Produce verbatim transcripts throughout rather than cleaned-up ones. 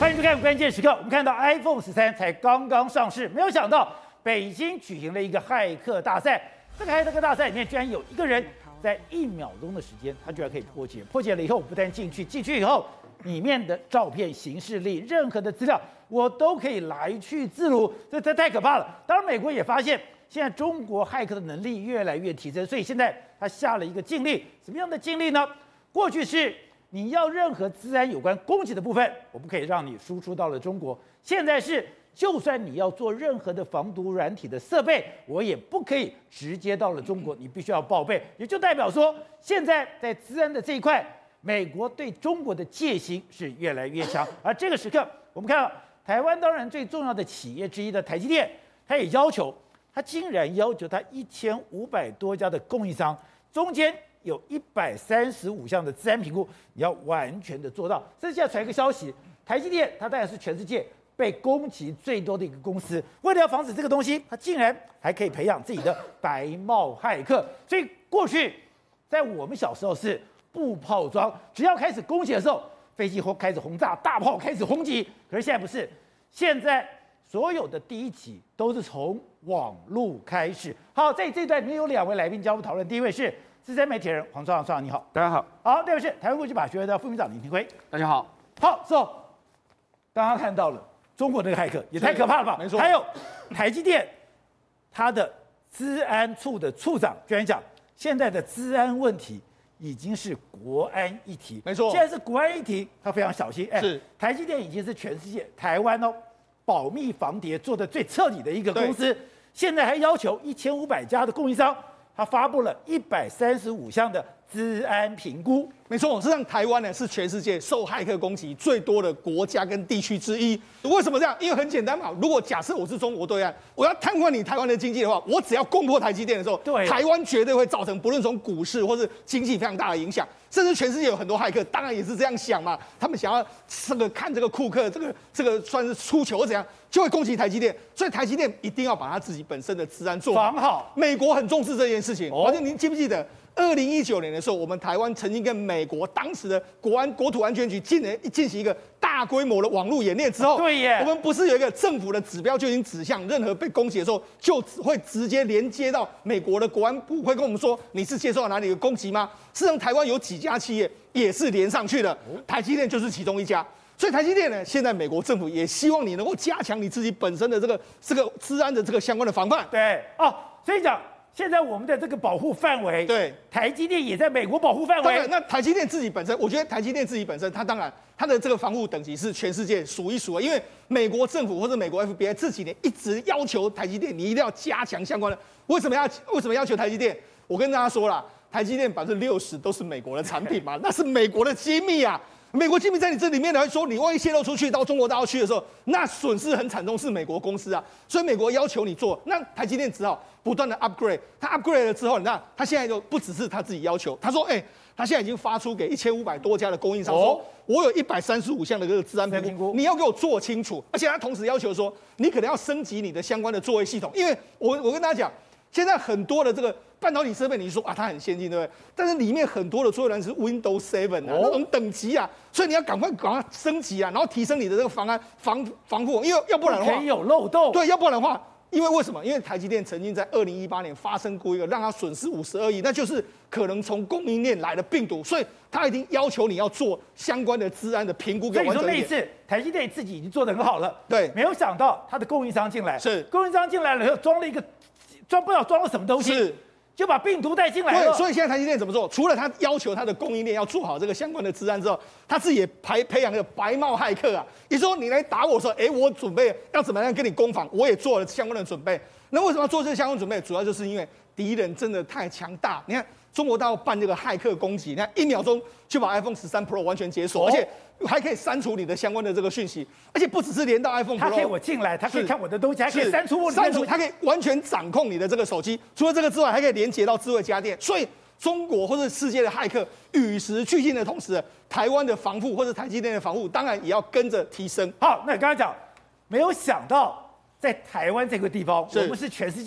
欢迎收看关键时刻。我们看到 iPhone 十三才刚刚上市，没有想到北京举行了一个骇客大赛。这个骇客大赛里面居然有一个人在一秒钟的时间，他居然可以破解。破解了以后，我不但进去，进去以后里面的照片、行事历、任何的资料，我都可以来去自如。这这太可怕了。当然，美国也发现现在中国骇客的能力越来越提升，所以现在他下了一个禁令。什么样的禁令呢？过去是你要任何资安有关攻击的部分，我不可以让你输出到了中国。现在是，就算你要做任何的防毒软体的设备，我也不可以直接到了中国，你必须要报备。也就代表说，现在在资安的这一块，美国对中国的戒心是越来越强。而这个时刻，我们看到台湾当然最重要的企业之一的台积电，它也要求，它竟然要求它一千五百多家的供应商中间有一百三十五项的资安评估，你要完全的做到。甚至现在传一个消息，台积电它当然是全世界被攻击最多的一个公司。为了要防止这个东西，它竟然还可以培养自己的白帽骇客。所以过去在我们小时候是步炮装，只要开始攻击的时候，飞机轰开始轰炸，大炮开始轰击。可是现在不是，现在所有的第一集都是从网路开始。好，在这段里面有两位来宾加入讨论，第一位是资深媒体人黄昭阳，昭阳你好。 大家好。 好，第二位是台湾国际法学会的副秘书长林廷辉。 大家好。 好，之后刚刚看到了中国那个骇客，也太可怕了吧？ 没错。 还有台积电，它的资安处的处长居然讲，现在的资安问题已经是国安议题。 没错。 现在是国安议题，他非常小心。哎， 是台积电已经是全世界台湾哦保密防谍做得最彻底的一个公司，现在还要求一千五百家的供应商。他发布了一百三十五项的资安评估， 没错，实际上台湾呢是全世界受骇客攻击最多的国家跟地区之一。为什么这样？因为很简单嘛，如果假设我是中国对岸，我要瘫痪你台湾的经济的话，我只要攻破台积电的时候， 对， 台湾绝对会造成不论从股市或是经济非常大的影响，甚至全世界有很多骇客，当然也是这样想嘛，他们想要这个看这个库克，这个这个算是出糗怎样，就会攻击台积电，所以台积电一定要把它自己本身的治安做防好。 美国很重视这件事情， 哦、 而且您记不记得？二零一九年的时候，我们台湾曾经跟美国当时的国安国土安全局进行进行一个大规模的网络演练之后， 对耶， 我们不是有一个政府的指标就已经指向，任何被攻击的时候，就会直接连接到美国的国安部，会跟我们说你是接受到哪里的攻击吗？事实上，台湾有几家企业也是连上去的，台积电就是其中一家。所以台积电呢，现在美国政府也希望你能够加强你自己本身的这个这个治安的这个相关的防范。 对哦，所以讲。现在我们的这个保护范围， 对， 台积电也在美国保护范围。 当然，那台积电自己本身，我觉得台积电自己本身，它当然它的这个防护等级是全世界数一数二。因为美国政府或者美国 F B I 这几年一直要求台积电，你一定要加强相关的。为什么要为什么要求台积电？我跟大家说了，台积电百分之六十都是美国的产品嘛，那是美国的机密啊。美国机密在你这里面来说，你万一泄露出去到中国大陆去的时候，那损失很惨重，是美国公司啊。所以美国要求你做，那台积电只好不断的 upgrade。它 upgrade 了之后，你看它现在就不只是他自己要求，他说，哎、欸，他现在已经发出给一千五百多家的供应商说，我有一百三十五项的这个治安评估，你要给我做清楚。而且他同时要求说，你可能要升级你的相关的作业系统，因为我我跟大家讲，现在很多的这个半导体设备，你说啊，它很先进，对不对？但是里面很多的作业软件是 Windows 七 啊，那种等级啊，所以你要赶快赶快升级啊，然后提升你的这个防安防防护，因为要不然的话， 可以有漏洞。 对，要不然的话，因为为什么？因为台积电曾经在二零一八年发生过一个让它损失五十二亿，那就是可能从供应链来的病毒，所以他一定要求你要做相关的治安的评估跟完整一点。 所以说那一次台积电自己已经做得很好了， 对， 没有想到它的供应商进来， 是供应商进来了以后装了一个装不知道装了什么东西， 是。 就把病毒带进来了。 对，所以现在台积电怎么做？除了他要求他的供应链要做好这个相关的治安之后，他自己也培培养了白帽骇客啊。也就是说，你来打我说，哎，我准备要怎么样跟你攻防，我也做了相关的准备。那为什么要做这个相关准备？主要就是因为敌人真的太强大。你看中国大陆办这个骇客攻击，你看一秒钟就把 iPhone 十三 Pro 完全解锁，哦、而且还可以删除你的相关的这个讯息，而且不只是连到 iPhone Pro， 它可以我进来，它可以看我的东西，还可以删除我的东西， 删除，它可以完全掌控你的这个手机。除了这个之外，还可以连接到智慧家电。所以中国或者世界的骇客与时俱进的同时，台湾的防护或者台积电的防护，当然也要跟着提升。 好，那你刚才讲，没有想到在台湾这个地方，我们是全世界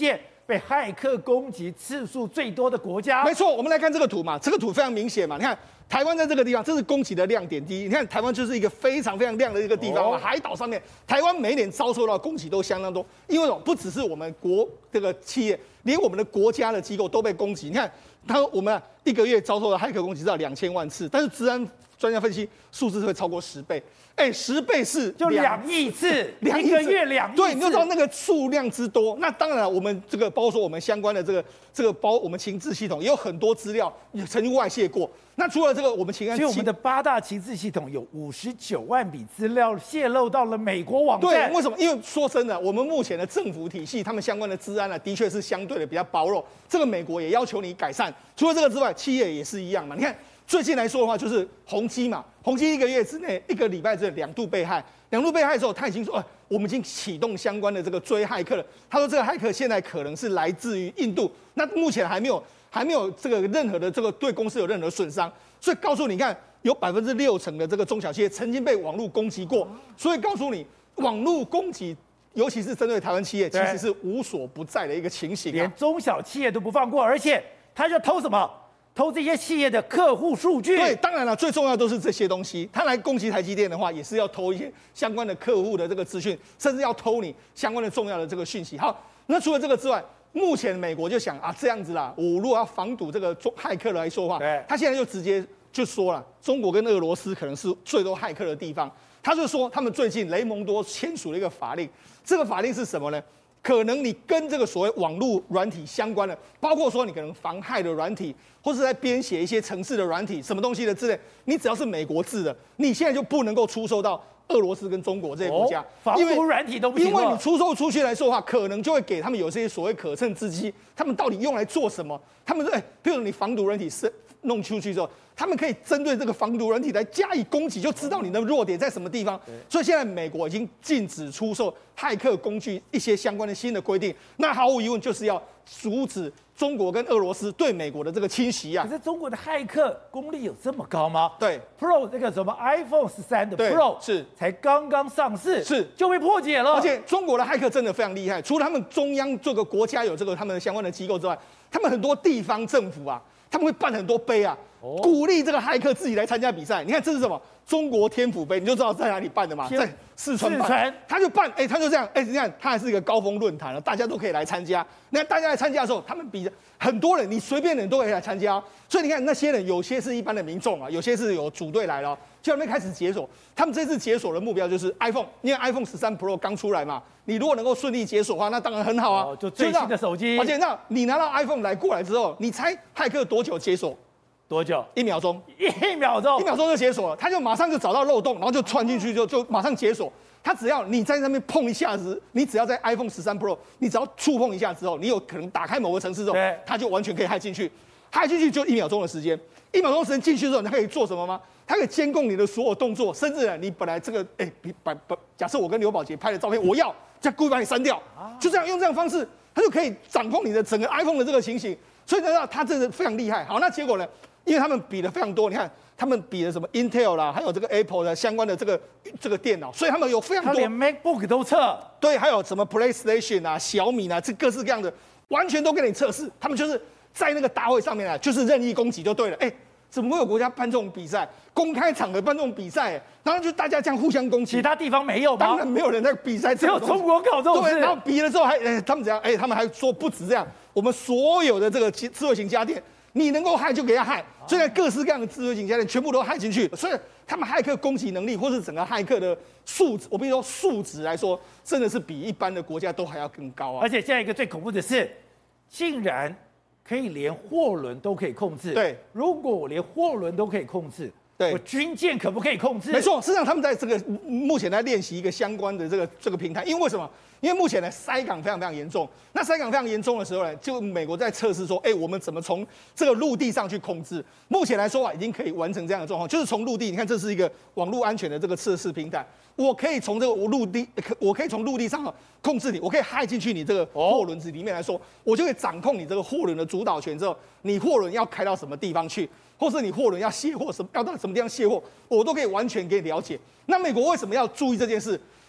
被骇客攻击次数最多的国家。 没错，我们来看这个图嘛，这个图非常明显嘛，你看台湾在这个地方，这是攻击的亮点。第一，你看台湾就是一个非常非常亮的一个地方嘛，哦、海岛上面，台湾每年遭受到攻击都相当多，因为不只是我们国这个企业，连我们的国家的机构都被攻击。你看，他我们、啊、一个月遭受的骇客攻击至少两千万次，但是治安专家分析数字会超过十倍。哎，十倍是就两亿次， 两一个月两亿次， 对，你就知道那个数量之多。那当然了，我们这个包括说我们相关的这个这个包我们情治系统也有很多资料也曾经外泄过。那除了这个，我们情安， 所以我们的八大情治系统有五十九万笔资料泄露到了美国网站。 对，为什么？因为说真的，我们目前的政府体系，他们相关的治安呢，的确是相对的比较薄弱。这个美国也要求你改善。除了这个之外，企业也是一样嘛。你看。最近来说的话，就是宏基嘛，宏基一个月之内、一个礼拜之内两度被害，两度被害之后，他已经说，呃，我们已经启动相关的这个追骇客了。他说这个骇客现在可能是来自于印度，那目前还没有还没有这个任何的这个对公司有任何损伤，所以告诉你看，有百分之六成的这个中小企业曾经被网络攻击过，所以告诉你，网络攻击。尤其是针对台湾企业，其实是无所不在的一个情形、啊， 连中小企业都不放过，而且他就偷什么？偷这些企业的客户数据。 对，当然了，最重要都是这些东西。他来攻击台积电的话，也是要偷一些相关的客户的这个资讯，甚至要偷你相关的重要的这个讯息。好，那除了这个之外，目前美国就想啊，这样子啦，我如果要防堵这个中骇客来说的话，他现在就直接就说了，中国跟俄罗斯可能是最多骇客的地方。他就说，他们最近雷蒙多签署了一个法令，这个法令是什么呢？可能你跟这个所谓网络软体相关的，包括说你可能防害的软体，或是在编写一些程式的软体，什么东西的之类，你只要是美国制的，你现在就不能够出售到俄罗斯跟中国这些国家， 哦、防毒软体都不行。 因为你出售出去来说的话，可能就会给他们有这些所谓可乘之机，他们到底用来做什么？他们说，哎，比如你防毒软体是弄出去之后，他们可以针对这个防毒软体来加以攻击，就知道你的弱点在什么地方。所以现在美国已经禁止出售骇客工具一些相关的新的规定，那毫无疑问就是要阻止中国跟俄罗斯对美国的这个侵袭啊。 可是中国的骇客功力有这么高吗？ 对 ，Pro 这个什么 iPhone 十三的 Pro 是才刚刚上市， 是就被破解了。 而且中国的骇客真的非常厉害，除了他们中央这个国家有这个他们相关的机构之外，他们很多地方政府啊，他们会办很多杯啊。鼓励这个骇客自己来参加比赛，你看这是什么？中国天府杯，你就知道在哪里办的嘛，在四川办。他就办，哎、欸，他就这样，哎、欸，你看他还是一个高峰论坛了，大家都可以来参加。那大家来参加的时候，他们比很多人，你随便人都可以来参加。所以你看那些人，有些是一般的民众啊，有些是有组队来了，就那边开始解锁。他们这次解锁的目标就是 iPhone， 因为 iPhone 十三 Pro 刚出来嘛，你如果能够顺利解锁的话，那当然很好啊， 哦、就最新的手机。 而且那你拿到 iPhone 来过来之后，你猜骇客多久解锁？ 多久？ 一秒钟， 一秒钟， 一秒钟就解锁了，他就马上就找到漏洞，然后就穿进去就就马上解锁。他只要你在那边碰一下子，你只要在 iPhone 十三 Pro， 你只要触碰一下之后，你有可能打开某个程式之后，他就完全可以骇进去，骇进去就一秒钟的时间，一秒钟时间进去之后，他可以做什么吗？他可以监控你的所有动作，甚至呢，你本来这个哎，把把假设我跟刘宝杰拍的照片，我要再故意把你删掉，就这样用这样的方式，他就可以掌控你的整个 iPhone 的这个情形。所以呢，他真的非常厉害。好，那结果呢？因为他们比的非常多，你看他们比的什么 Intel 啦，还有这个 Apple 的相关的这个这个电脑，所以他们有非常多，他连 MacBook 都测， 对，还有什么 PlayStation 啊、小米啊，这各式各样的，完全都给你测试。他们就是在那个大会上面啊，就是任意攻击就对了。哎，怎么会有国家办这种比赛？公开场合办这种比赛，然后就大家这样互相攻击。 其他地方没有吗？ 当然没有人在比赛， 只有中国搞这种事。 对，然后比了之后还，哎，他们怎样？哎，他们还说不止这样，我们所有的这个智慧型家电。你能够害就给他害，所以各式各样的智慧型家电全部都害进去，所以他们骇客攻击能力或是整个骇客的素质，我必须说素质来说，真的是比一般的国家都还要更高啊！ 而且现在一个最恐怖的是，竟然可以连货轮都可以控制。 对， 如果我连货轮都可以控制， 对， 我军舰可不可以控制？ 没错，事实上他们在这个目前在练习一个相关的这个这个平台，因为为什么？因为目前呢塞港非常非常严重，那塞港非常严重的时候呢，就美国在测试说，哎、欸，我们怎么从这个陆地上去控制？目前来说啊，已经可以完成这样的状况，就是从陆地，你看这是一个网络安全的这个测试平台，我可以从这个陆地，我可以从陆地上控制你，我可以害进去你这个货轮子里面来说，我就可以掌控你这个货轮的主导权之后，你货轮要开到什么地方去，或是你货轮要卸货什么，要到什么地方卸货，我都可以完全给你了解。那美国为什么要注意这件事？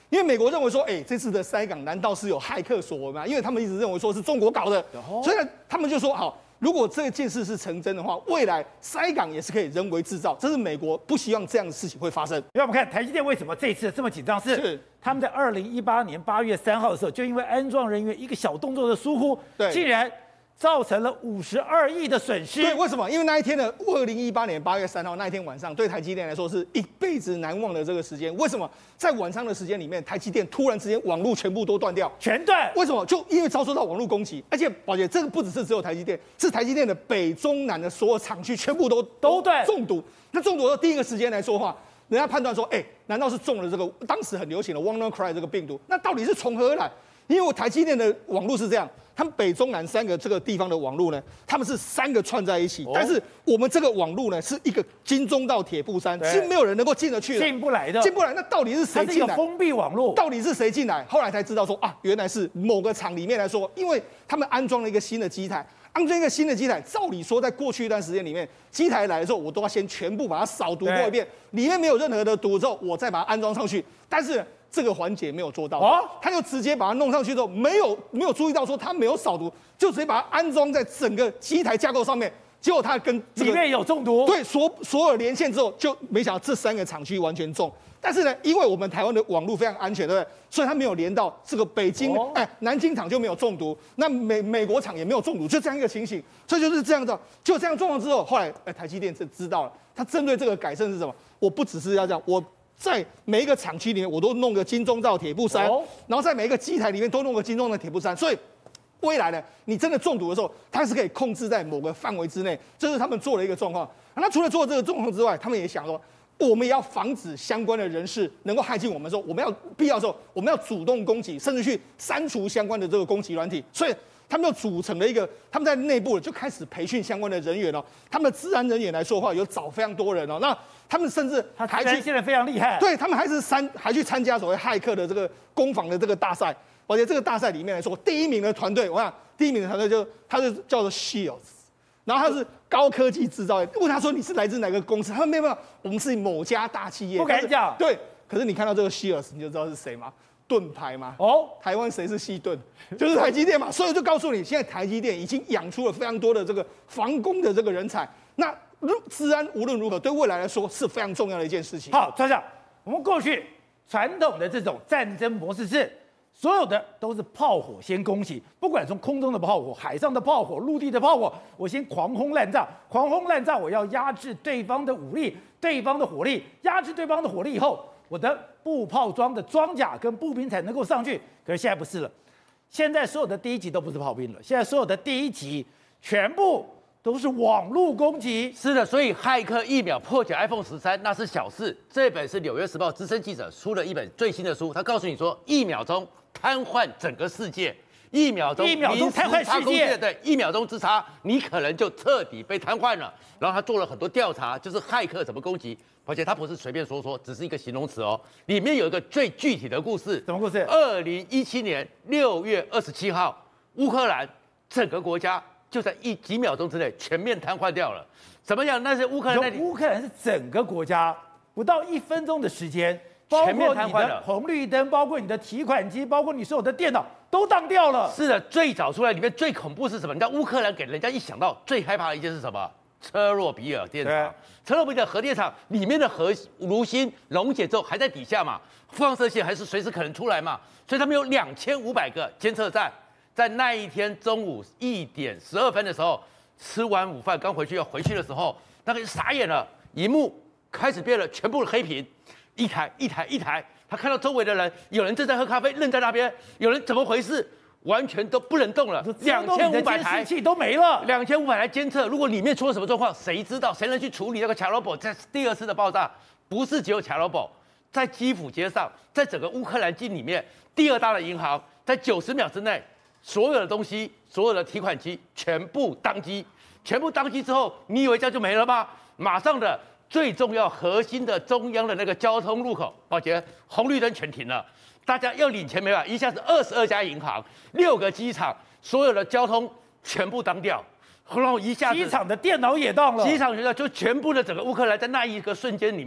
因为美国认为说，哎，这次的塞港难道是有骇客所为吗？因为他们一直认为说是中国搞的，所以呢，他们就说好。如果这件事是成真的话，未来塞港也是可以人为制造，这是美国不希望这样的事情会发生。 因为我们看台积电为什么这一次这么紧张，是, 是他们在二零一八年八月三号的时候，就因为安装人员一个小动作的疏忽，竟然造成了五十二亿的损失。 对，为什么？因为那一天的二零一八年八月三号那一天晚上，对台积电来说是一辈子难忘的这个时间。为什么？在晚上的时间里面，台积电突然之间网络全部都断掉， 全断。 为什么？就因为遭受到网络攻击，而且宝姐，这个不只是只有台积电，是台积电的北中南的所有厂区全部都都断中毒。那中毒的第一个时间来说话，人家判断说，哎、欸，难道是中了这个当时很流行的 WannaCry 这个病毒？那到底是从何而来？因为我台积电的网络是这样。他们北中南三个这个地方的网路呢，他们是三个串在一起，哦、但是我们这个网路呢是一个金钟到铁布衫，是没有人能够进得去的， 进不来的， 进不来。那到底是谁进来？ 它是一个封闭网络， 到底是谁进来？后来才知道说啊，原来是某个厂里面来说，因为他们安装了一个新的机台，安装一个新的机台，照理说在过去一段时间里面，机台来的时候，我都要先全部把它扫毒过一遍，里面没有任何的毒之后，我再把它安装上去，但是。这个环节没有做到，哦、他就直接把它弄上去之后，没有没有注意到说他没有扫毒，就直接把它安装在整个机台架构上面，结果它跟、这个、 里面有中毒， 对，所所有连线之后，就没想到这三个厂区完全中。但是呢，因为我们台湾的网络非常安全，对不对？所以它没有连到这个北京，哎、哦欸，南京厂就没有中毒，那美美国厂也没有中毒，就这样一个情形。所以就是这样子，就这样状况之后，后来哎、欸，台积电是知道了，它针对这个改正是什么？我不只是要这样，我。在每一个厂区里面，我都弄个金钟罩铁布衫，哦、然后在每一个机台里面都弄个金钟的铁布衫，所以未来呢，你真的中毒的时候，它是可以控制在某个范围之内，这是他们做的一个状况。那除了做这个状况之外，他们也想说，我们也要防止相关的人士能够害进我们的时候，我们要必要的时候，我们要主动攻击，甚至去删除相关的这个攻击软体，所以。他们就组成了一个，他们在内部就开始培训相关的人员哦。他们的治安人员来说的话，有找非常多人哦。那他们甚至还去， 现在非常厉害。 对他们还是参，还去参加所谓骇客的这个攻防的这个大赛。而且这个大赛里面来说，第一名的团队，我想第一名的团队就他就叫做 Shields， 然后他是高科技制造业。问他说你是来自哪个公司？他说没有没有，我们是某家大企业。 不敢讲。 对，可是你看到这个 Shields， 你就知道是谁吗？盾牌吗？哦，台湾谁是细盾？就是台积电嘛。所以我就告诉你，现在台积电已经养出了非常多的这个防攻的这个人才。那治安无论如何，对未来来说是非常重要的一件事情。 好，专长，我们过去传统的这种战争模式是，所有的都是炮火先攻击，不管从空中的炮火、海上的炮火、陆地的炮火，我先狂轰滥炸，狂轰滥炸，我要压制对方的武力、对方的火力，压制对方的火力以后。我的步炮装的装甲跟步兵才能够上去，可是现在不是了。现在所有的第一级都不是炮兵了，现在所有的第一级全部都是网络攻击。 是的，所以骇客一秒破解 iPhone 十三那是小事。这本是《纽约时报》资深记者出了一本最新的书，他告诉你说，一秒钟瘫痪整个世界。一秒钟， 一秒钟瘫痪世界， 对，一秒钟之差，你可能就彻底被瘫痪了。然后他做了很多调查，就是骇客怎么攻击，而且他不是随便说说，只是一个形容词哦。里面有一个最具体的故事， 什么故事？ 二零一七年六月二十七号，乌克兰整个国家就在一几秒钟之内全面瘫痪掉了。怎么样？那是乌克兰那里， 乌克兰是整个国家不到一分钟的时间。包括你的红绿灯，包括你的提款机，包括你所有的电脑都当掉了。 是的，最早出来里面最恐怖是什么？你知道乌克兰给人家一想到最害怕的一件是什么？车洛比尔电厂。车洛比尔核电厂里面的核炉芯溶解之后还在底下嘛，放射线还是随时可能出来嘛，所以他们有两千五百个监测站。在那一天中午一点十二分的时候，吃完午饭刚回去要回去的时候，那个就傻眼了，荧幕开始变了，全部的黑屏。一台一台一台，他看到周围的人，有人正在喝咖啡，愣在那边；有人怎么回事，完全都不能动了。两千五百台监视器都没了， 两千五百台监测，如果里面出了什么状况，谁知道？谁能去处理那个卡罗堡？在第二次的爆炸，不是只有卡罗堡，在基辅街上，在整个乌克兰境里面，第二大的银行，在九十秒之内，所有的东西，所有的提款机全部当机，全部当机之后，你以为这样就没了吗？马上的。最重要核心的中央的那个交通路口，宝杰红绿灯全停了，大家要领钱没办法，一下子二十二家银行、六个机场，所有的交通全部当掉，然后一下子机场的电脑也当了， 机场学校就全部的整个乌克兰在那一个瞬间里面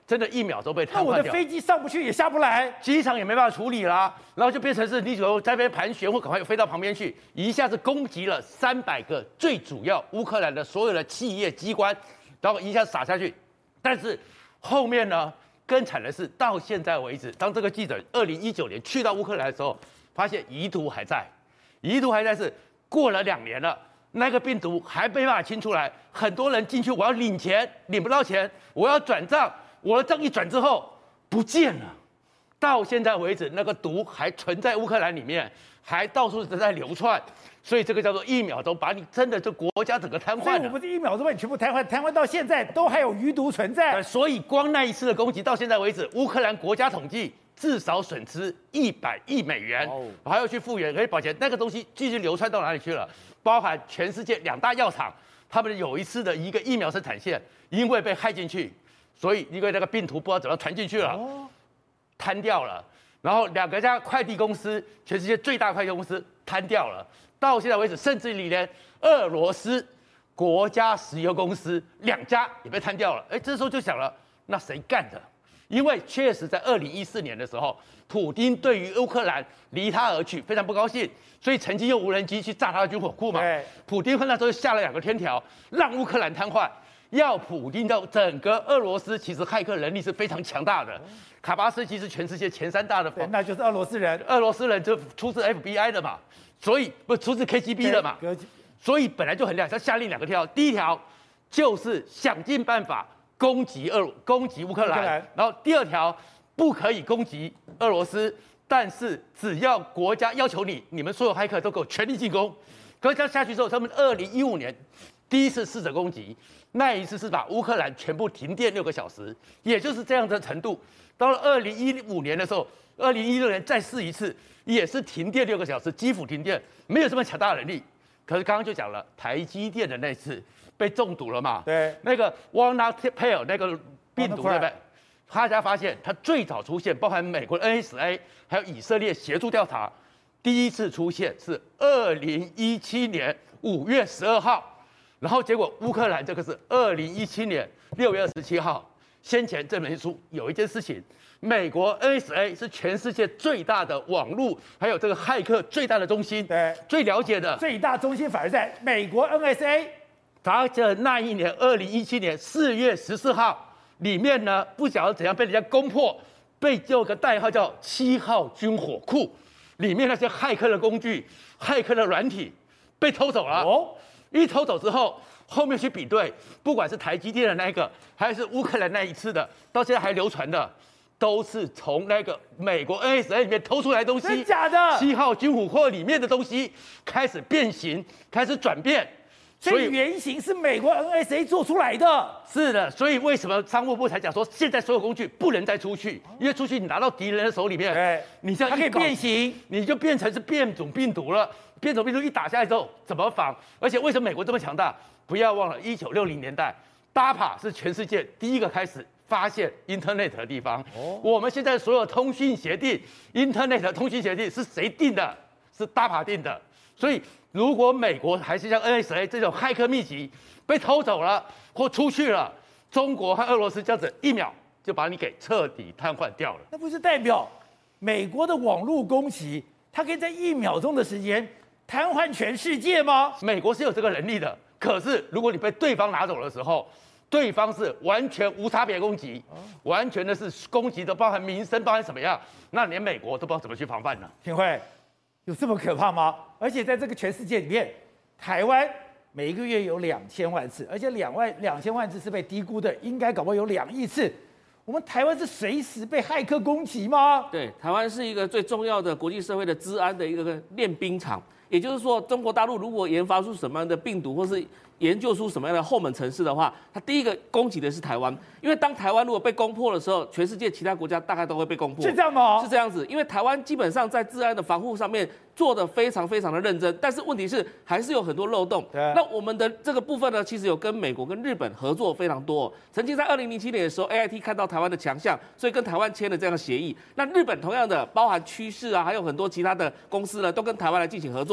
真的一秒钟被瘫那我痪掉。 的飞机上不去也下不来， 机场也没办法处理啦，然后就变成是你只有在那边盘旋或赶快飞到旁边去，一下子攻击了三百个最主要乌克兰的所有的企业机关，然后一下子撒下去。但是后面呢，更惨的是到现在为止，当这个记者二零一九年去到乌克兰的时候，发现遗毒还在，遗毒还在是过了两年了。那个病毒还没办法清出来，很多人进去，我要领钱，领不到钱，我要转账，我的账一转之后不见了，到现在为止，那个毒还存在乌克兰里面，还到处在流窜，所以这个叫做一秒钟把你真的就国家整个瘫痪了。 所以我不是一秒钟把你全部瘫痪，瘫痪到现在都还有余毒存在。 所以光那一次的攻击到现在为止，乌克兰国家统计至少损失一百亿美元， 哦还要去复原，可以保全那个东西继续流窜到哪里去了？包含全世界两大药厂，他们有一次的一个疫苗生产线，因为被害进去，所以因为那个病毒不知道怎么传进去了， 哦瘫掉了。然后两个家快递公司，全世界最大快递公司瘫掉了。到现在为止，甚至于连俄罗斯国家石油公司两家也被瘫掉了。哎，这时候就想了，那谁干的？因为确实在二零一四年的时候，普丁对于乌克兰离他而去，非常不高兴，所以曾经用无人机去炸他的军火库嘛。 对， 普丁那时候下了两个天条，让乌克兰瘫痪，要普丁到整个俄罗斯，其实骇客能力是非常强大的。卡巴斯基是全世界前三大的， 对，那就是俄罗斯人， 俄罗斯人就出自 F B I 的嘛，所以不出自 K G B 的嘛， 对所以本来就很亮。他下令两个条，第一条就是想尽办法攻击俄攻击乌克兰， 乌克兰然后第二条不可以攻击俄罗斯，但是只要国家要求你，你们所有骇客都给我全力进攻。可是这样下去之后，他们二零一五年第一次试着攻击，那一次是把乌克兰全部停电六个小时，也就是这样的程度。到了二零一五年的时候，二零一六年再试一次，也是停电六个小时，基辅停电，没有这么强大的能力。可是刚刚就讲了，台积电的那次被中毒了嘛？ 对， 那个 WannaCry 那个病毒， WannaCry 对不对？大家发现它最早出现，包含美国的 N S A 还有以色列协助调查，第一次出现是二零一七年五月十二号，然后结果乌克兰这个是二零一七年六月二十七号。先前这本书有一件事情，美国 N S A 是全世界最大的网络还有这个骇客最大的中心， 对， 最了解的。 最大中心反而在美国 N S A。 他的那一年，二零一七年四月十四号，里面呢不晓得怎样被人家攻破，被有个代号叫七号军火库，里面那些骇客的工具、骇客的软体被偷走了。哦，一偷走之后，后面去比对，不管是台积电的那一个，还是乌克兰那一次的，到现在还流传的，都是从那个美国 N S A 里面偷出来的东西。 真假的？ 七号军火库里面的东西开始变形，开始转变。 所以原型是美国 N S A 做出来的。 是的，所以为什么商务部才讲说，现在所有工具不能再出去，因为出去你拿到敌人的手里面， 对， 你这样它可以变形， 你就变成是变种病毒了。变种病毒一打下来之后，怎么防？而且为什么美国这么强大？不要忘了，一九六零年代 ，D A R P A 是全世界第一个开始发现 Internet 的地方。哦，我们现在所有通讯协定 ，Internet 通讯协定是谁定的？是 D A R P A 定的。所以，如果美国还是像 N S A 这种骇客秘籍被偷走了或出去了，中国和俄罗斯这样子一秒就把你给彻底瘫痪掉了。 那不是代表美国的网络攻击，它可以在一秒钟的时间瘫痪全世界吗？ 美国是有这个能力的，可是如果你被对方拿走的时候，对方是完全无差别攻击，完全的是攻击的包含民生，包含什么样，那连美国都不知道怎么去防范呢？ 廷慧，有这么可怕吗？而且在这个全世界里面，台湾每一个月有两千万次，而且两万两千万次是被低估的，应该搞不好有两亿次。我们台湾是随时被骇客攻击吗？ 对，台湾是一个最重要的国际社会的治安的一个练兵场。也就是说，中国大陆如果研发出什么样的病毒，或是研究出什么样的后门程式的话，它第一个攻击的是台湾。因为当台湾如果被攻破的时候，全世界其他国家大概都会被攻破。 是这样吗？ 是这样子，因为台湾基本上在治安的防护上面做得非常非常的认真，但是问题是还是有很多漏洞。那我们的这个部分呢，其实有跟美国跟日本合作非常多。曾经在二零零七年的时候 ，A I T 看到台湾的强项，所以跟台湾签了这样的协议。那日本同样的，包含趋势啊，还有很多其他的公司呢，都跟台湾来进行合作。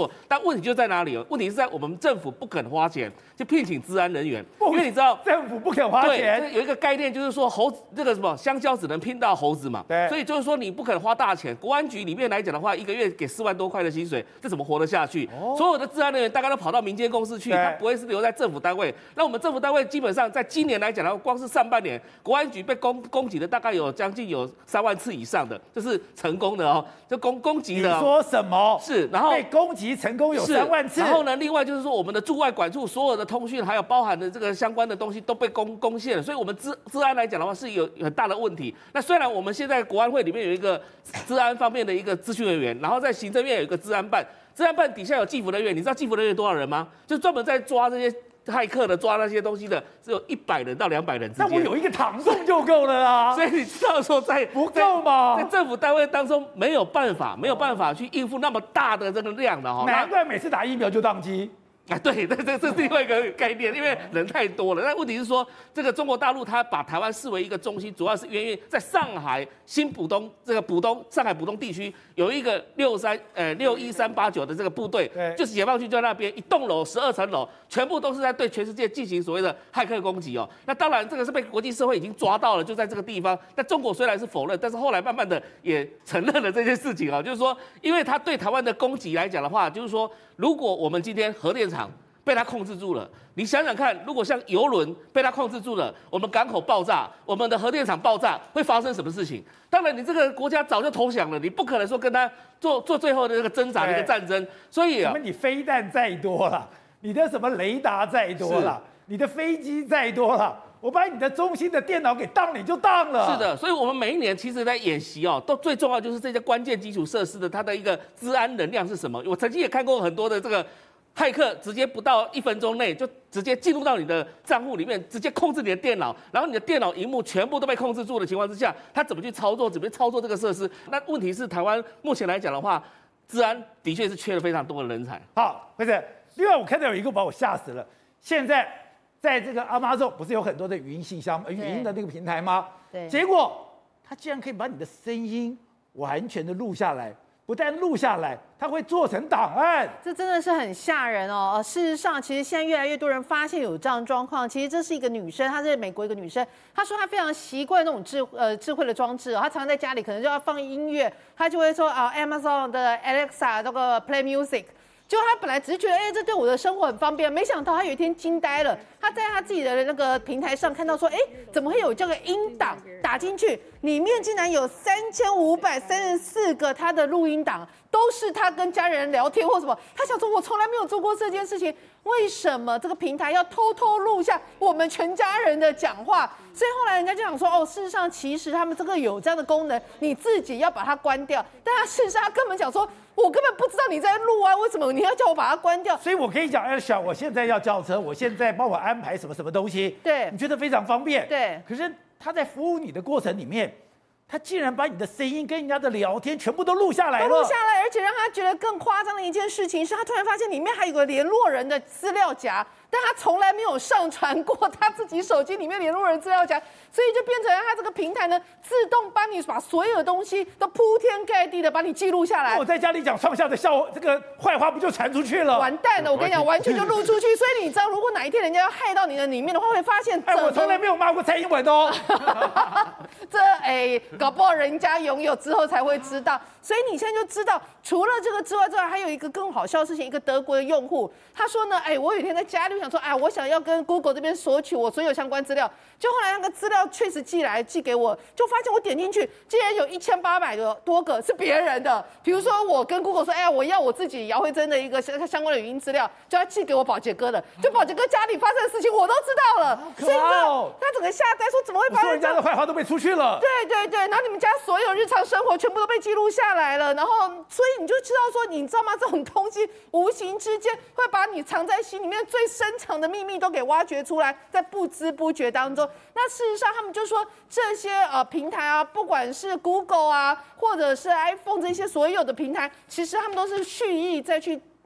做。但问题就在哪里？问题是在我们政府不肯花钱去聘请治安人员，因为你知道政府不肯花钱。 对，有一个概念就是说猴子这个什么香蕉只能拼到猴子嘛， 对， 所以就是说你不肯花大钱。国安局里面来讲的话，一个月给四万多块的薪水，这怎么活得下去？哦、所有的治安人员大概都跑到民间公司去，他不会是留在政府单位。那我们政府单位基本上在今年来讲的话，光是上半年国安局被攻攻击的大概有将近有三万次以上的，这是成功的哦，就攻攻击的、哦。 你说什么？ 是，然后被攻击成功有三万次。 然后呢，另外就是说我们的驻外管处所有的通讯，还有包含的这个相关的东西都被攻攻陷了，所以我们治治安来讲的话是有很大的问题。那虽然我们现在国安会里面有一个治安方面的一个资讯人员，然后在行政院有一个治安办，治安办底下有纪服人员，你知道纪服人员多少人吗？就专门在抓这些骇客的、抓那些东西的，只有一百人到两百人之间。 那我有一个堂送就够了啦。 所以你知道说在不够吗？ 在政府单位当中没有办法，没有办法去应付那么大的这个量的哈。 难怪每次打疫苗就宕机。 啊，对，这这这是另外一个概念，因为人太多了。但问题是说，这个中国大陆它把台湾视为一个中心，主要是源于在上海新浦东这个浦东上海浦东地区有一个六三呃六一三八九的这个部队，就是解放军就在那边一栋楼十二层楼，全部都是在对全世界进行所谓的骇客攻击哦。那当然这个是被国际社会已经抓到了，就在这个地方。但中国虽然是否认，但是后来慢慢的也承认了这件事情啊、哦，就是说，因为他对台湾的攻击来讲的话，就是说，如果我们今天核电厂被他控制住了，你想想看，如果像邮轮被他控制住了，我们港口爆炸，我们的核电厂爆炸，会发生什么事情？当然，你这个国家早就投降了，你不可能说跟他做做最后的这个挣扎的一个战争。所以啊， 你飞弹再多了，你的什么雷达再多了，你的飞机再多了，我把你的中心的电脑给当你就当了。 是的，所以我们每一年其实在演习哦，都最重要就是这些关键基础设施的它的一个资安能量是什么。我曾经也看过很多的这个骇客直接不到一分钟内就直接进入到你的账户里面，直接控制你的电脑，然后你的电脑荧幕全部都被控制住的情况之下，他怎么去操作，怎么去操作这个设施？那问题是台湾目前来讲的话，治安的确是缺了非常多的人才。 好，不是，另外我看到有一个把我吓死了，现在在这个 Amazon 不是有很多的语音信箱、语音的那个平台吗？ 对， 结果他竟然可以把你的声音完全的录下来。不但录下来，它会做成档案， 这真的是很吓人哦。事实上，其实现在越来越多人发现有这样状况。其实这是一个女生，她是美国一个女生，她说她非常习惯那种智呃智慧的装置、哦，她常常在家里可能就要放音乐，她就会说啊、呃、，Amazon 的 Alexa 那个 Play Music。结果他本来只是觉得，哎、欸，这对我的生活很方便，没想到他有一天惊呆了。他在他自己的那个平台上看到说，哎、欸，怎么会有这个音档打进去，里面竟然有三千五百三十四个他的录音档，都是他跟家人聊天或什么。他想说，我从来没有做过这件事情，为什么这个平台要偷偷录下我们全家人的讲话？所以后来人家就想说，哦，事实上其实他们这个有这样的功能，你自己要把它关掉。但他事实上他根本讲说，我根本不知道你在录啊，为什么你要叫我把它关掉？ 所以我可以讲，哎，小，我现在要叫车，我现在帮我安排什么什么东西， 对， 你觉得非常方便， 对。 可是他在服务你的过程里面，他竟然把你的声音跟人家的聊天全部都录下来了， 都录下来，而且让他觉得更夸张的一件事情是，他突然发现里面还有个联络人的资料夹。但他从来没有上传过他自己手机里面联络人资料夹，所以就变成他这个平台呢，自动帮你把所有的东西都铺天盖地的把你记录下来。 我在家里讲创下的笑这个坏话，不就传出去了？ 完蛋了！我跟你讲，完全就录出去。所以你知道，如果哪一天人家要害到你的里面的话，会发现。 哎，我从来没有骂过蔡英文哦。 这哎，搞不好人家拥有之后才会知道。所以你现在就知道，除了这个之外之外，还有一个更好笑的事情。一个德国的用户他说呢，哎，我有一天在家里想说，哎，我想要跟 Google 这边索取我所有相关资料，就后来那个资料确实寄来寄给我，就发现我点进去，竟然有一千八百个多个是别人的。比如说我跟 Google 说，哎呀，我要我自己姚慧珍的一个相相关的语音资料，就要寄给我宝杰哥的，就宝杰哥家里发生的事情我都知道了，所以呢，他整个吓呆，说怎么会发生？ 说人家的坏话都被出去了。 对对对，然后你们家所有日常生活全部都被记录下来了，然后所以你就知道说，你知道吗？这种东西无形之间会把你藏在心里面最深藏的秘密都给挖掘出来，在不知不觉当中。那事实上，他们就说这些呃平台啊，不管是 Google 啊，或者是 iPhone 这些所有的平台，其实他们都是蓄意再去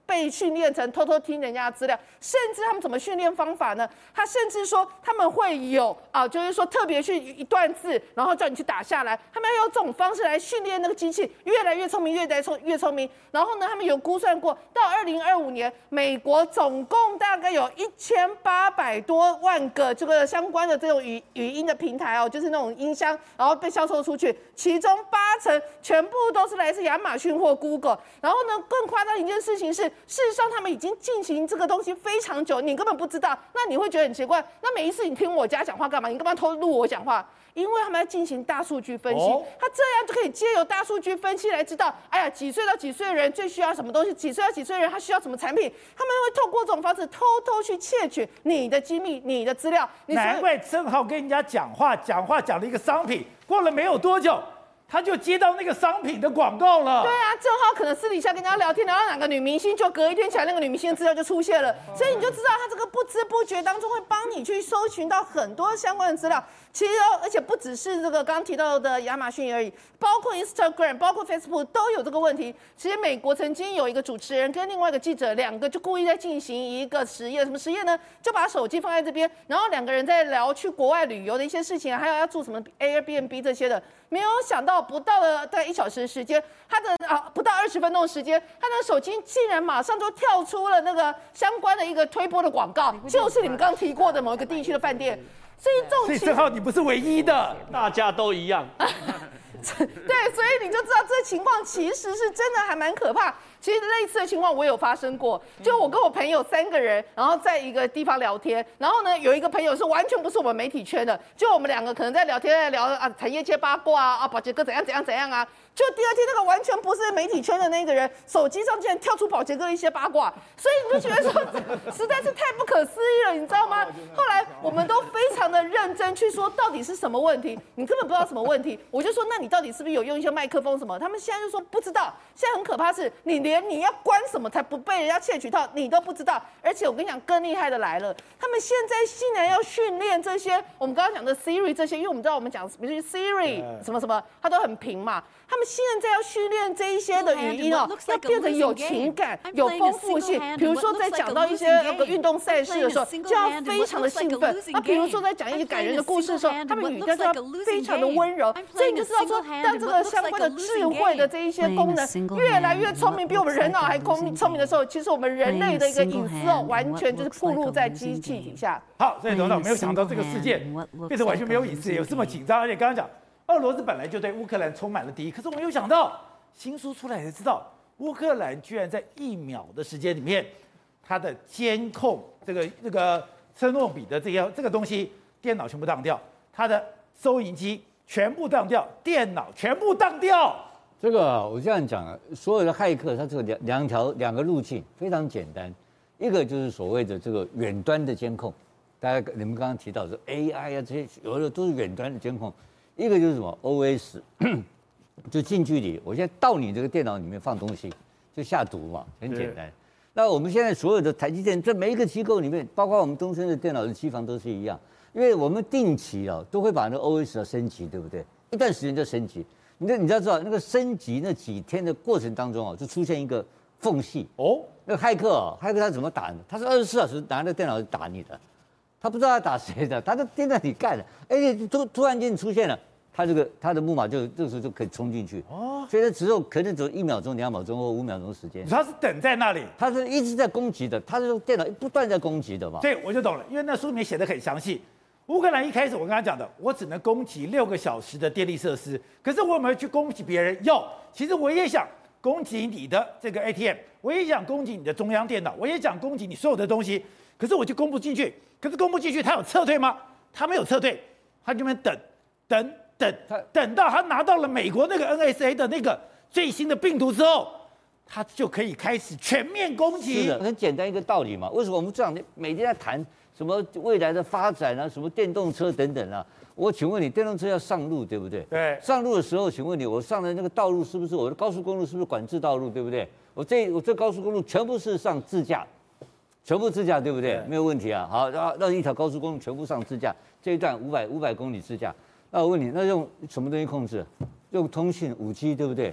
被训练成偷偷听人家的资料，甚至他们怎么训练方法呢？他甚至说他们会有啊，就是说特别去一段字，然后叫你去打下来，他们要用这种方式来训练那个机器，越来越聪明，越来越聪越聪明。然后呢，他们有估算过，到二零二五年，美国总共大概有一千八百多万个这个相关的这种语语音的平台哦，就是那种音箱，然后被销售出去，其中八成全部都是来自亚马逊或 Google。然后呢，更夸张的一件事情是，事实上他们已经进行这个东西非常久，你根本不知道，那你会觉得很奇怪。那每一次你听我家讲话干嘛？你干嘛偷录我讲话？因为他们要进行大数据分析， 哦、 他这样就可以借由大数据分析来知道，哎呀，几岁到几岁的人最需要什么东西，几岁到几岁的人他需要什么产品，他们会透过这种方式偷偷去窃取你的机密、你的资料。 难怪正好跟人家讲话，讲话讲了一个商品，过了没有多久，他就接到那个商品的广告了。 对啊，正好可能私底下跟人家聊天，聊到哪个女明星，就隔一天起来，那个女明星的资料就出现了，所以你就知道他这个不知不觉当中会帮你去搜寻到很多相关的资料。其实，而且不只是这个刚刚提到的亚马逊而已，包括 Instagram、包括 Facebook 都有这个问题。其实美国曾经有一个主持人跟另外一个记者，两个就故意在进行一个实验，什么实验呢？就把手机放在这边，然后两个人在聊去国外旅游的一些事情，还有要住什么 Airbnb 这些的。没有想到，不到了大概一小时的时间，他的啊不到二十分钟的时间，他的手机竟然马上就跳出了那个相关的一个推播的广告，就是你们刚刚提过的某一个地区的饭店。所以这种， 所以正好你不是唯一的， 大家都一样。 对，所以你就知道这情况其实是真的还蛮可怕。其实类似的情况我有发生过，就我跟我朋友三个人，然后在一个地方聊天，然后呢有一个朋友是完全不是我们媒体圈的，就我们两个可能在聊天，在聊啊产业界八卦啊，啊宝洁哥怎样怎样怎样啊。就第二天那个完全不是媒体圈的那个人，手机上竟然跳出宝洁哥的一些八卦，所以你就觉得说实在是太不可思议了，你知道吗？后来我们都非常的认真去说到底是什么问题，你根本不知道什么问题，我就说那你到底是不是有用一些麦克风什么？他们现在就说不知道。现在很可怕是，你连你要关什么才不被人家窃取到你都不知道，而且我跟你讲更厉害的来了，他们现在竟然要训练这些我们刚刚讲的 Siri 这些，因为我们知道我们讲比如 Siri 什么什么，它都很平嘛。他们现在要训练这一些的语音哦，要变成有情感、有丰富性。比如说在讲到一些那个运动赛事的时候，就要非常的兴奋。那比如说在讲一些感人的故事的时候，他们语调就要非常的温柔。所以你就知道说，当这个相关的智慧的这一些功能越来越聪明，比我们人脑还聪明聪明的时候，其实我们人类的一个隐私哦，完全就是暴露在机器底下。 好，所以董事长没有想到这个事件变成完全没有隐私，有这么紧张，而且刚刚讲。俄罗斯本来就对乌克兰充满了敌意，可是我没有想到，新书出来才知道，乌克兰居然在一秒的时间里面，它的监控这个这个车诺比的这些这个东西，电脑全部当掉，它的收银机全部当掉，电脑全部当掉。 这个我这样讲啊，所有的骇客，它这个两两条两个路径非常简单，一个就是所谓的这个远端的监控，大家你们刚刚提到的 A I 啊这些，有的都是远端的监控。一个就是什么 O S， 就近距离，我现在到你这个电脑里面放东西，就下毒嘛，很简单。那我们现在所有的台积电，这每一个机构里面，包括我们东森的电脑的机房都是一样，因为我们定期啊都会把那个 O S 升级，对不对？一段时间就升级。你你要知道，那个升级那几天的过程当中啊，就出现一个缝隙哦。那个骇客啊，骇客他怎么打呢？他是二十四小时拿着电脑打你的，他不知道他打谁的，他就盯着你干的，而且突突然间出现了。他这个他的木马就这个时候就可以冲进去哦，所以他只有可能只有一秒钟、两秒钟或五秒钟时间。 他是等在那里， 他是一直在攻击的，他是电脑不断在攻击的嘛。 对，我就懂了，因为那书里面写的很详细。乌克兰一开始我跟他讲的，我只能攻击六个小时的电力设施，可是我有没有去攻击别人？有，其实我也想攻击你的这个 A T M， 我也想攻击你的中央电脑，我也想攻击你所有的东西，可是我就攻不进去。可是攻不进去，他有撤退吗？他没有撤退，他就在那边等等。等等到他拿到了美国那个 N S A 的那个最新的病毒之后，他就可以开始全面攻击。 是的，很简单一个道理嘛。为什么我们这两天每天在谈什么未来的发展啊，什么电动车等等啊？我请问你，电动车要上路，对不对？ 对。 上路的时候，请问你，我上的那个道路是不是我的高速公路是不是管制道路，对不对？我这我这高速公路全部是上自驾，全部自驾，对不对？对没有问题啊。好，让让一条高速公路全部上自驾，这一段五百五百公里自驾。那我问你，那用什么东西控制？用通信五 G 对不对？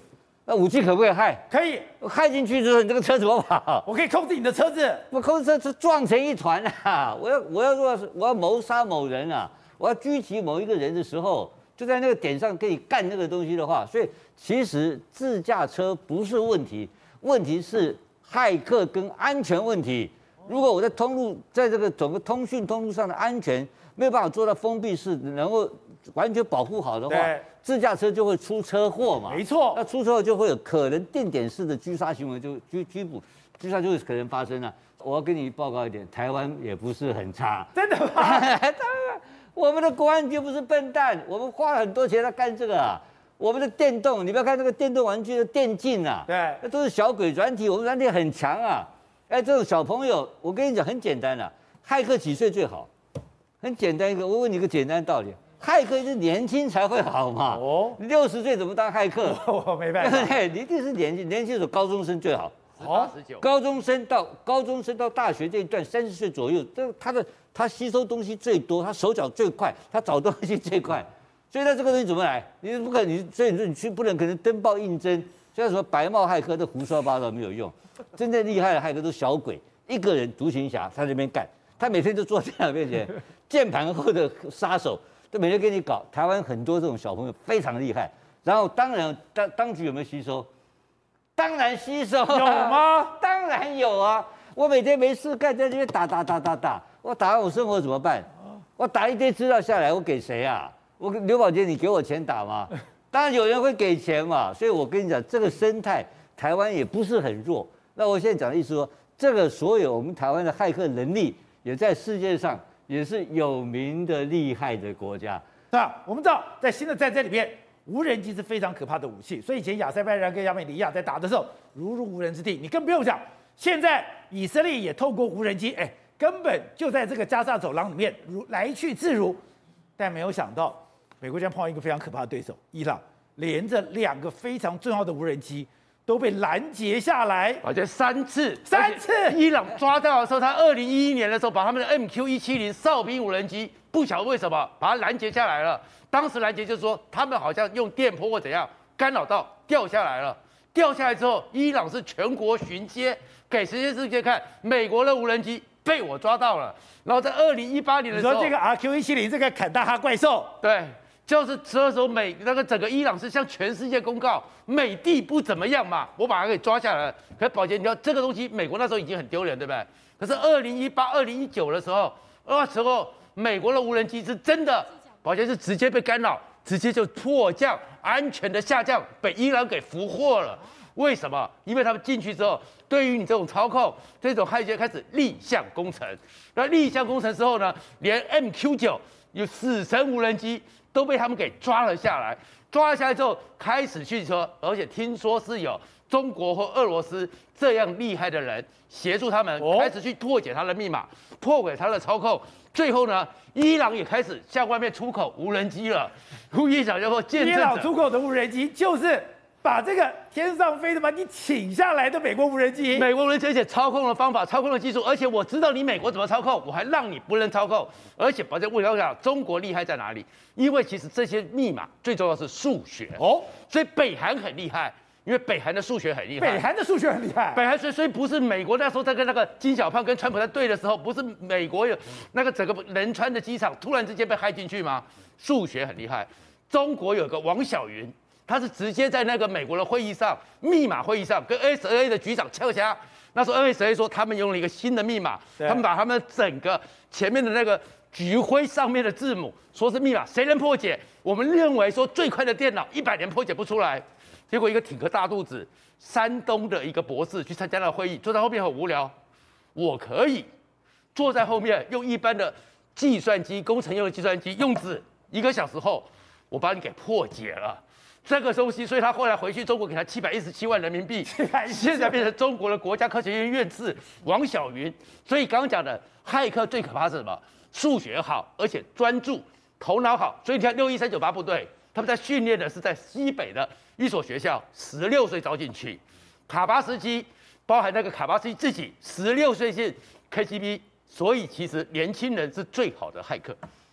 那武器可不可以害？ 可以， 害进去之后，你这个车怎么跑？ 我可以控制你的车子， 我控制车是撞成一团啊！我要我要说我要谋杀某人啊，我要狙击某一个人的时候，就在那个点上给你干那个东西的话，所以其实自驾车不是问题，问题是骇客跟安全问题。如果我在通路，在这个整个通讯通路上的安全没有办法做到封闭式，能够完全保护好的话，自驾车就会出车祸嘛。 没错， 那出车祸就会有可能定点式的狙杀行为，就拘拘捕，狙杀就会可能发生了。我要跟你报告一点，台湾也不是很差， 真的吗？ 当然，我们的国安局不是笨蛋，我们花了很多钱在干这个啊。我们的电动，你不要看那个电动玩具的电竞啊， 对， 那都是小鬼软体，我们软体很强啊。哎，这种小朋友，我跟你讲很简单啊，骇客几岁最好？很简单一个，我问你一个简单的道理，骇客是年轻才会好嘛。哦，六十岁怎么当骇客？ 我没办法， 对，你一定是年轻，年轻的高中生最好。 哦，十九， 高中生到高中生到大学这一段，三十岁左右，这他的他吸收东西最多，他手脚最快，他找东西最快，所以他这个东西怎么来？你不可能，你所以你说你去不能可能登报应征，虽然说白帽骇客都胡说八道没有用，真正厉害的骇客都是小鬼，一个人独行侠，他在那边干，他每天都坐在电脑面前，键盘后的杀手，都每天给你搞。台湾很多这种小朋友非常厉害，然后当然当当局有没有吸收？当然吸收、啊， 有吗？ 当然有啊！我每天没事干，在这边打打打打打，我打完我生活怎么办？我打一堆资料下来，我给谁啊？我刘宝杰，你给我钱打吗？当然有人会给钱嘛。所以我跟你讲，这个生态台湾也不是很弱。那我现在讲的意思说，这个所有我们台湾的骇客能力，也在世界上也是有名的厉害的国家。 那我们知道，在新的战争里面，无人机是非常可怕的武器，所以以前亚塞拜然跟亚美尼亚在打的时候，如入无人之地。你更不用讲，现在以色列也透过无人机，哎，根本就在这个加沙走廊里面如来去自如。但没有想到，美国将碰到一个非常可怕的对手——伊朗，连着两个非常重要的无人机都被拦截下来， 而且三次， 三次。 伊朗抓到的时候，他二零一一年的时候把他们的 M Q 一七零哨兵无人机，不晓得为什么把它拦截下来了。当时拦截就是说，他们好像用电波或怎样干扰到掉下来了。掉下来之后，伊朗是全国巡街，给全世界看，美国的无人机被我抓到了。然后在二零一八年的时候， 你说这个 R Q 一七零这个坎大哈怪兽， 对，就是这时候美那个整个伊朗是向全世界公告，美帝不怎么样嘛，我把它给抓下来了。可是宝杰，你知道这个东西，美国那时候已经很丢脸，对不对？可是二零一八、二零一九的时候，那时候美国的无人机是真的。宝洁是直接被干扰，直接就迫降，安全的下降，被伊朗给俘获了。为什么？因为他们进去之后，对于你这种操控，这种骇客开始立项工程。那立项工程之后呢，连 M Q 九有死神无人机都被他们给抓了下来。抓了下来之后，开始去说，而且听说是有中国或俄罗斯这样厉害的人协助他们，开始去破解他的密码，破解他的操控。最后呢，伊朗也开始向外面出口无人机了。伊朗就说，见证者， 伊朗出口的无人机就是把这个天上飞的把你请下来的美国无人机， 美国无人机，而且操控的方法、操控的技术，而且我知道你美国怎么操控，我还让你不能操控。而且把这问题讲，中国厉害在哪里？因为其实这些密码最重要是数学哦，所以北韩很厉害。因为北韩的数学很厉害， 北韩的数学很厉害， 北韩所以所以不是美国那时候在跟那个金小胖跟川普在对的时候，不是美国有那个整个仁川的机场突然之间被害进去吗？数学很厉害。中国有个王晓云，他是直接在那个美国的会议上，密码会议上跟 N S A 的局长呛虾。那时候 N S A 说他们用了一个新的密码，他们把他们整个前面的那个局徽上面的字母说是密码，谁能破解？我们认为说最快的电脑一百年破解不出来。结果一个挺个大肚子，山东的一个博士去参加那个会议，坐在后面很无聊。我可以坐在后面，用一般的计算机工程用的计算机，用纸一个小时后，我把你给破解了。这个东西，所以他后来回去中国给他七百一十七万人民币，现在变成中国的国家科学院院士王晓云。所以刚刚讲的骇客最可怕是什么？数学好，而且专注，头脑好。所以你看六一三九八部队，他们在训练的是在西北的一所学校，十六岁招进去。卡巴斯基，包含那个卡巴斯基自己，十六岁进 K G B， 所以其实年轻人是最好的骇客。